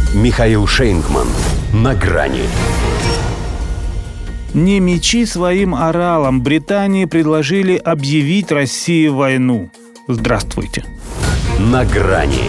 Михаил Шейнгман. На грани. Не мечи своим оралам. Британии предложили объявить России войну. Здравствуйте. На грани.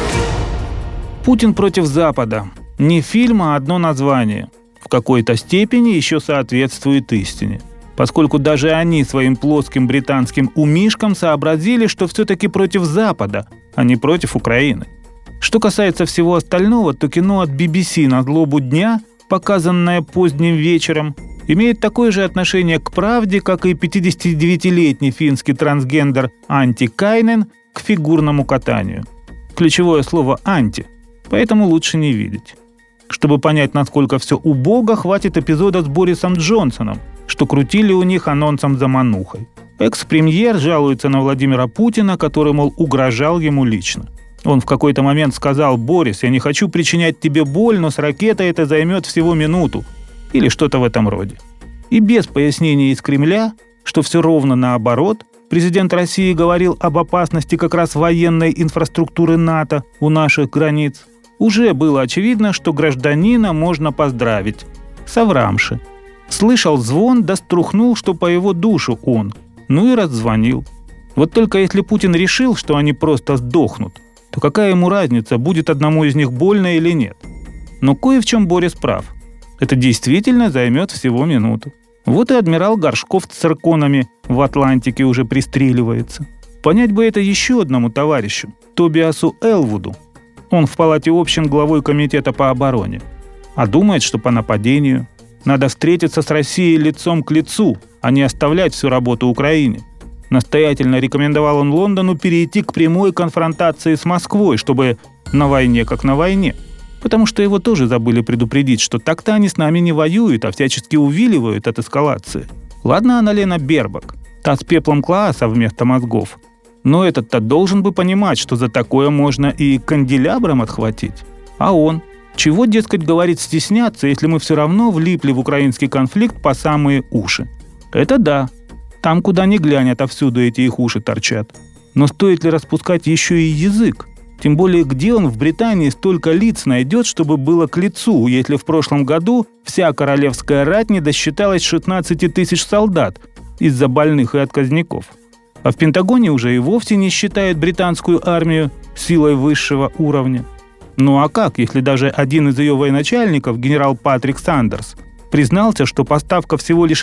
Путин против Запада. Не фильм, а одно название. В какой-то степени еще соответствует истине. Поскольку даже они своим плоским британским умишкам сообразили, что все-таки против Запада, а не против Украины. Что касается всего остального, то кино от BBC «На злобу дня», показанное поздним вечером, имеет такое же отношение к правде, как и 59-летний финский трансгендер Анти Кайнен к фигурному катанию. Ключевое слово «анти», поэтому лучше не видеть. Чтобы понять, насколько все убого, хватит эпизода с Борисом Джонсоном, что крутили у них анонсом заманухой. Экс-премьер жалуется на Владимира Путина, который, мол, угрожал ему лично. Он в какой-то момент сказал: «Борис, я не хочу причинять тебе боль, но с ракетой это займет всего минуту». Или что-то в этом роде. И без пояснений из Кремля, что все ровно наоборот, президент России говорил об опасности как раз военной инфраструктуры НАТО у наших границ, уже было очевидно, что гражданина можно поздравить. Соврамши. Слышал звон, да струхнул, что по его душу он. Ну и раззвонил. Вот только если Путин решил, что они просто сдохнут, то какая ему разница, будет одному из них больно или нет? Но кое в чем Борис прав. Это действительно займет всего минуту. Вот и адмирал Горшков с цирконами в Атлантике уже пристреливается. Понять бы это еще одному товарищу, Тобиасу Элвуду. Он в палате общин главой комитета по обороне. А думает, что по нападению надо встретиться с Россией лицом к лицу, а не оставлять всю работу Украине. Настоятельно рекомендовал он Лондону перейти к прямой конфронтации с Москвой, чтобы на войне как на войне. Потому что его тоже забыли предупредить, что так-то они с нами не воюют, а всячески увиливают от эскалации. Ладно, Анна-Лена Бербак, та с пеплом Клааса вместо мозгов. Но этот-то должен бы понимать, что за такое можно и канделябром отхватить. А он? Чего, дескать, говорит стесняться, если мы все равно влипли в украинский конфликт по самые уши? Это да. Там, куда ни глянь, отовсюду эти их уши торчат. Но стоит ли распускать еще и язык? Тем более, где он в Британии столько лиц найдет, чтобы было к лицу, если в прошлом году вся королевская рать не досчиталась 16 тысяч солдат из-за больных и отказников. А в Пентагоне уже и вовсе не считают британскую армию силой высшего уровня. Ну а как, если даже один из ее военачальников, генерал Патрик Сандерс, признался, что поставка всего лишь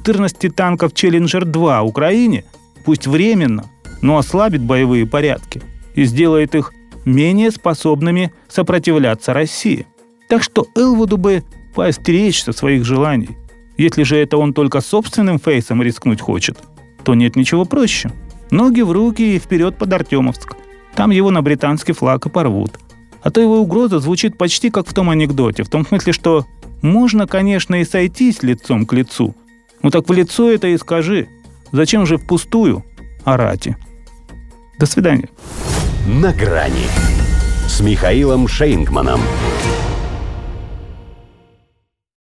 14 танков «Челленджер-2» Украине, пусть временно, но ослабит боевые порядки и сделает их менее способными сопротивляться России. Так что Элвуду бы поостеречься своих желаний. Если же это он только собственным фейсом рискнуть хочет, то нет ничего проще. Ноги в руки и вперед под Артемовск. Там его на британский флаг и порвут. А то его угроза звучит почти как в том анекдоте, в том смысле, что можно, конечно, и сойтись лицом к лицу. Ну так в лицо это и скажи. Зачем же впустую орать? До свидания. На грани с Михаилом Шейнгманом.